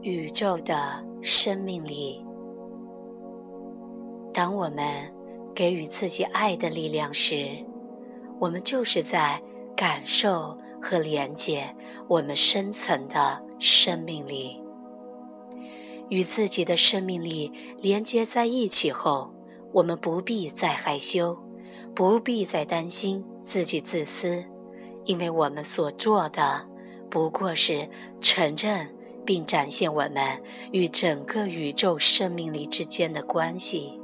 宇宙的生命力。当我们给予自己爱的力量时，我们就是在感受和连接我们深层的生命力。与自己的生命力连接在一起后，我们不必再害羞，不必再担心自己自私，因为我们所做的不过是承认并展现我们与整个宇宙生命力之间的关系。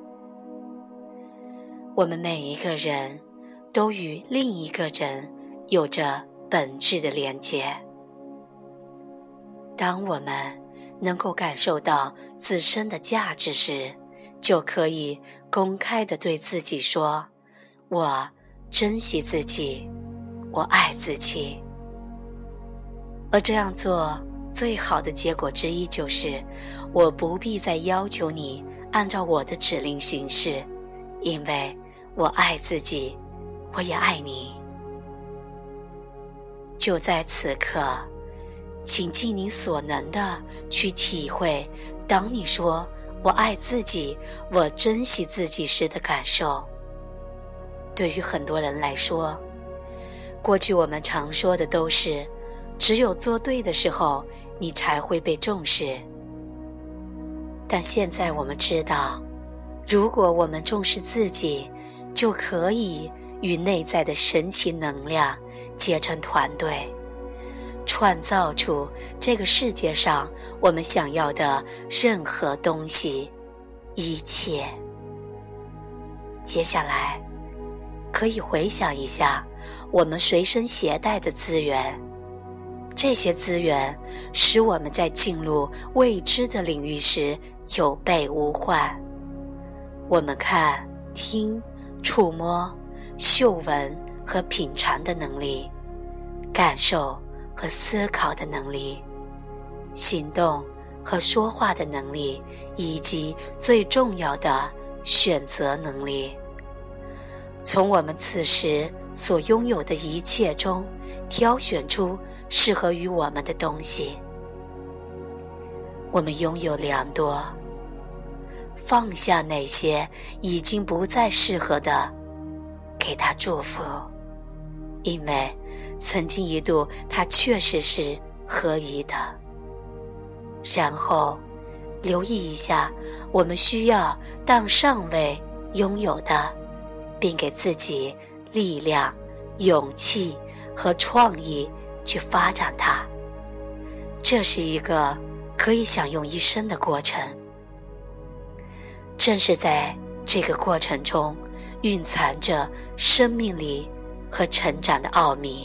我们每一个人都与另一个人有着本质的连接。当我们能够感受到自身的价值时，就可以公开地对自己说，我珍惜自己，我爱自己。而这样做最好的结果之一就是，我不必再要求你按照我的指令行事，因为我爱自己，我也爱你。就在此刻，请尽你所能的去体会，当你说我爱自己，我珍惜自己时的感受。对于很多人来说，过去我们常说的都是，只有做对的时候，你才会被重视。但现在我们知道，如果我们重视自己，就可以与内在的神奇能量结成团队，创造出这个世界上我们想要的任何东西，一切。接下来，可以回想一下我们随身携带的资源，这些资源使我们在进入未知的领域时有备无患。我们看、听、触摸、嗅闻和品尝的能力，感受和思考的能力，行动和说话的能力，以及最重要的选择能力。从我们此时所拥有的一切中挑选出适合于我们的东西。我们拥有良多，放下那些已经不再适合的，给他祝福，因为曾经一度它确实是合宜的。然后留意一下我们需要但尚未拥有的，并给自己力量、勇气和创意去发展它。这是一个可以享用一生的过程。正是在这个过程中蕴藏着生命力和成长的奥秘。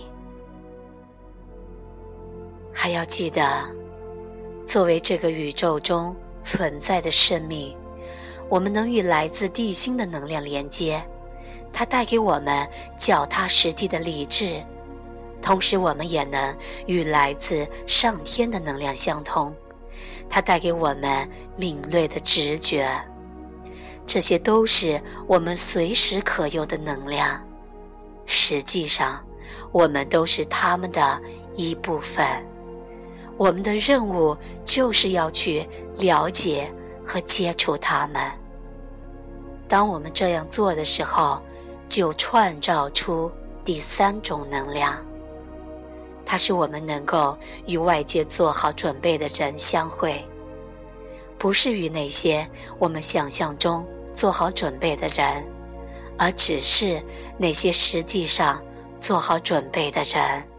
还要记得，作为这个宇宙中存在的生命，我们能与来自地心的能量连接，它带给我们脚踏实地的理智，同时我们也能与来自上天的能量相通，它带给我们敏锐的直觉。这些都是我们随时可用的能量，实际上我们都是它们的一部分。我们的任务就是要去了解和接触它们。当我们这样做的时候，就创造出第三种能量，它是我们能够与外界做好准备的人相会，不是与那些我们想象中做好准备的人，而只是那些实际上做好准备的人。